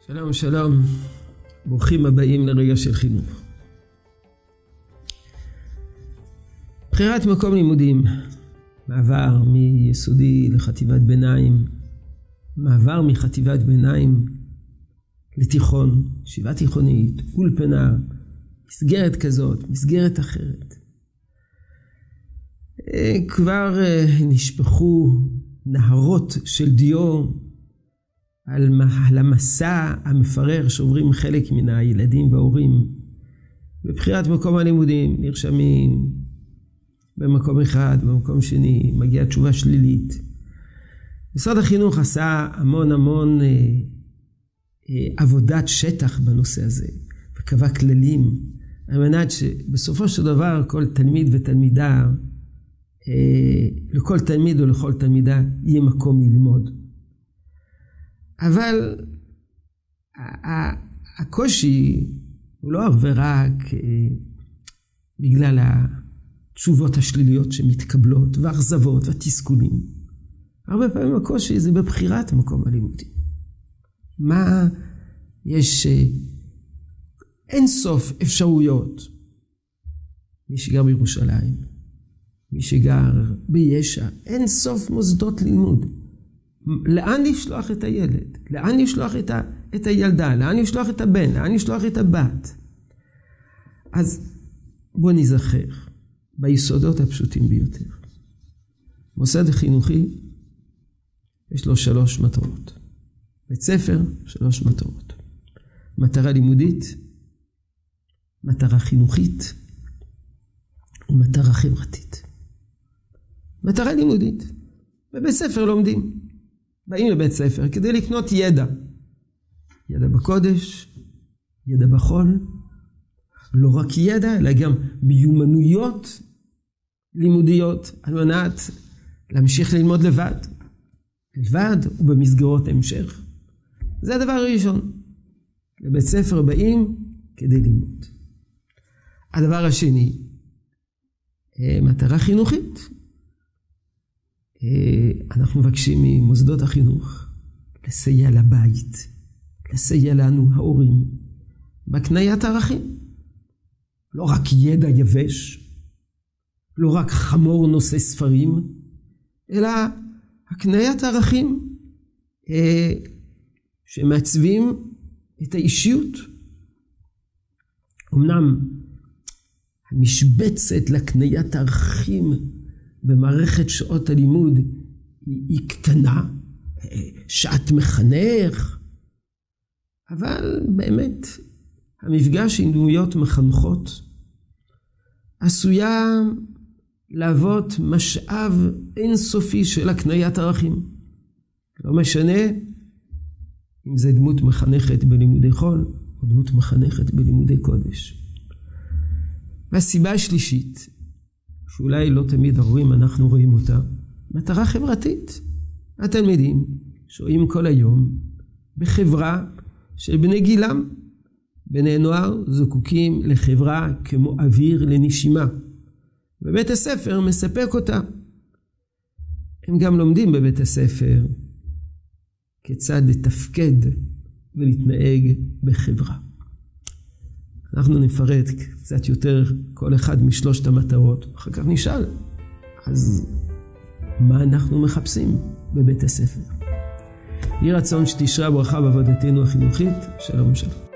שלום שלום, ברוכים הבאים לרגע של חינוך. בחירת מקום לימודים, מעבר מיסודי לחטיבת ביניים, מעבר מחטיבת ביניים לתיכון, ישיבה תיכונית, אולפנה, מסגרת כזאת, מסגרת אחרת. כבר נשפכו נהרות של דיו על המסע המפרר שעוברים חלק מן הילדים וההורים. בבחירת מקום הלימודים נרשמים במקום אחד, במקום שני, מגיעה תשובה שלילית. משרד החינוך עשה המון עבודת שטח בנושא הזה, וקבע כללים, על מנת שבסופו של דבר כל תלמיד ותלמידה, לכל תלמיד ולכל תלמידה יהיה מקום ללמוד. אבל הקושי הוא לא רק בגלל התשובות השליליות שמתקבלות והאכזבות והתסכולים. הרבה פעמים הקושי זה בבחירת מקום הלימודים. מה יש אין סוף אפשרויות. מי שגר בירושלים, מי שגר ביש"ע, אין סוף מוסדות לימוד. לאן לשלוח את הילד? לאן לשלוח את הילדה? לאן לשלוח את הבן? לאן לשלוח את הבת? אז בוא נזכר ביסודות הפשוטים ביותר. מוסד חינוכי יש לו 3 מטרות. בית ספר 3 מטרות. מטרה לימודית, מטרה חינוכית ומטרה חברתית. מטרה לימודית. בבית ספר לומדים. באים לבית ספר כדי לקנות ידע. ידע בקודש, ידע בחול. לא רק ידע, אלא גם מיומנויות לימודיות, על מנת להמשיך ללמוד לבד ובמסגרות המשך. זה הדבר הראשון. לבית ספר באים כדי ללמוד. הדבר השני, מטרה חינוכית. אנחנו מבקשים ממוסדות החינוך לסייע לבית, לסייע לנו ההורים, בהקניית ערכים. לא רק ידע יבש, לא רק חמור נושא ספרים, אלא הקניית ערכים שמעצבים את האישיות. אמנם המשבצת לקניית ערכים במערכת שעות הלימוד היא קטנה, שעת מחנך, אבל באמת המפגש עם דמויות מחנכות עשויה להוות משאב אינסופי של הקניית ערכים. לא משנה אם זה דמות מחנכת בלימודי חול או דמות מחנכת בלימודי קודש. והסיבה השלישית, שאולי לא תמיד ההורים אנחנו רואים אותה, מטרה חברתית. התלמידים שוהים כל היום בחברה של בני גילם. בני נוער זקוקים לחברה כמו אוויר לנשימה. בבית הספר מספק אותה. הם גם לומדים בבית הספר כיצד לתפקד ולהתנהג בחברה. אנחנו נפרט קצת יותר כל אחד משלושת המטרות, אחר כך נשאל, אז מה אנחנו מחפשים בבית הספר? יהי רצון שתשרה ברכה בעבודתנו החינוכית. שלום שלום.